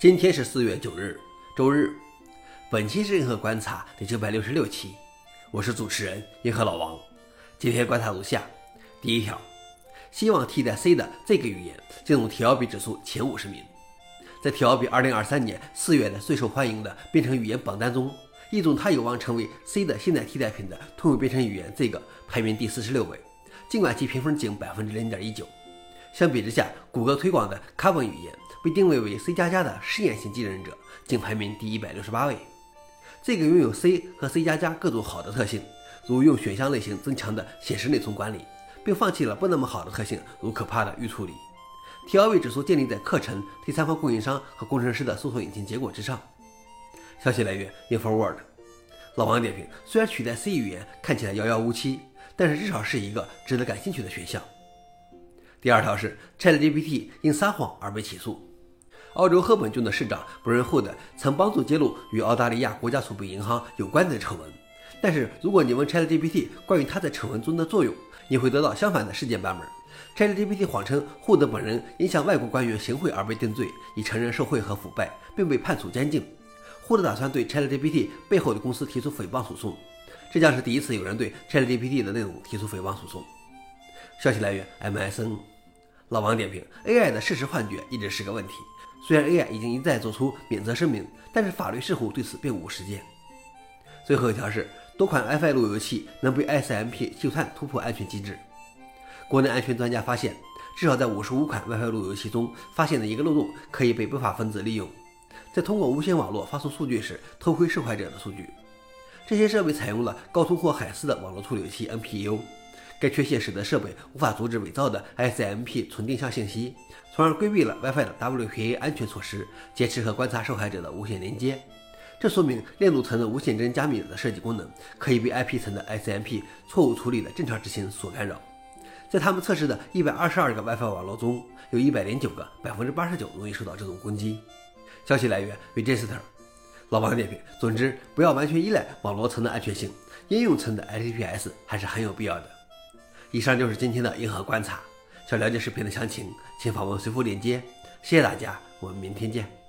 今天是4月9日，周日。本期是银河观察第966期，我是主持人银河老王。今天观察如下：第一条，希望替代 C 的这个语言进入 TLB 指数前50名。在 TLB 2023年4月的最受欢迎的编程语言榜单中，一种它有望成为 C 的现代替代品的通用编程语言这个排名第46位，尽管其评分仅 0.19%。相比之下，谷歌推广的 Carbon 语言被定位为 C++ 的试验性继任者，仅排名第168位。这个拥有 C 和 C++ 各种好的特性，如用选项类型增强的显示内存管理，并放弃了不那么好的特性，如可怕的预处理。TLB 指数建立在课程、第三方供应商和工程师的搜索引擎结果之上。消息来源 InfoWorld。老王点评：虽然取代 C 语言看起来遥遥无期，但是至少是一个值得感兴趣的选项。第二条是 ChatGPT 因撒谎而被起诉。澳洲赫本郡的市长Brian Hood曾帮助揭露与澳大利亚国家储备银行有关的丑闻，但是如果你问 ChatGPT 关于他在丑闻中的作用，你会得到相反的事件版本。ChatGPT 谎称Hood本人因向外国官员行贿而被定罪，已承认受贿和腐败，并被判处监禁。Hood打算对 ChatGPT 背后的公司提出诽谤诉讼，这将是第一次有人对 ChatGPT 的内容提出诽谤诉讼。消息来源 MSN。老王点评 ：AI 的事实幻觉一直是个问题。虽然 AI 已经一再做出免责声明，但是法律似乎对此并无实践。最后一条是，多款 WiFi 路由器能被 SMP 嗅探突破安全机制。国内安全专家发现，至少在55款 WiFi 路由器中发现的一个漏洞可以被不法分子利用，在通过无线网络发送数据时偷窥受害者的数据。这些设备采用了高通或海思的网络处理器 NPU。该缺陷使得设备无法阻止伪造的 SMP 纯定向信息，从而规避了 WiFi 的 WPA 安全措施，劫持和观察受害者的无线连接。这说明链路层的无线帧加密的设计功能可以被 IP 层的 SMP 错误处理的正常执行所干扰。在他们测试的122个 WiFi 网络中，有109个89%容易受到这种攻击。消息来源 Register。老王点评：总之，不要完全依赖网络层的安全性，应用层的 IPS 还是很有必要的。以上就是今天的银河观察。想了解视频的详情，请访问随附链接。谢谢大家，我们明天见。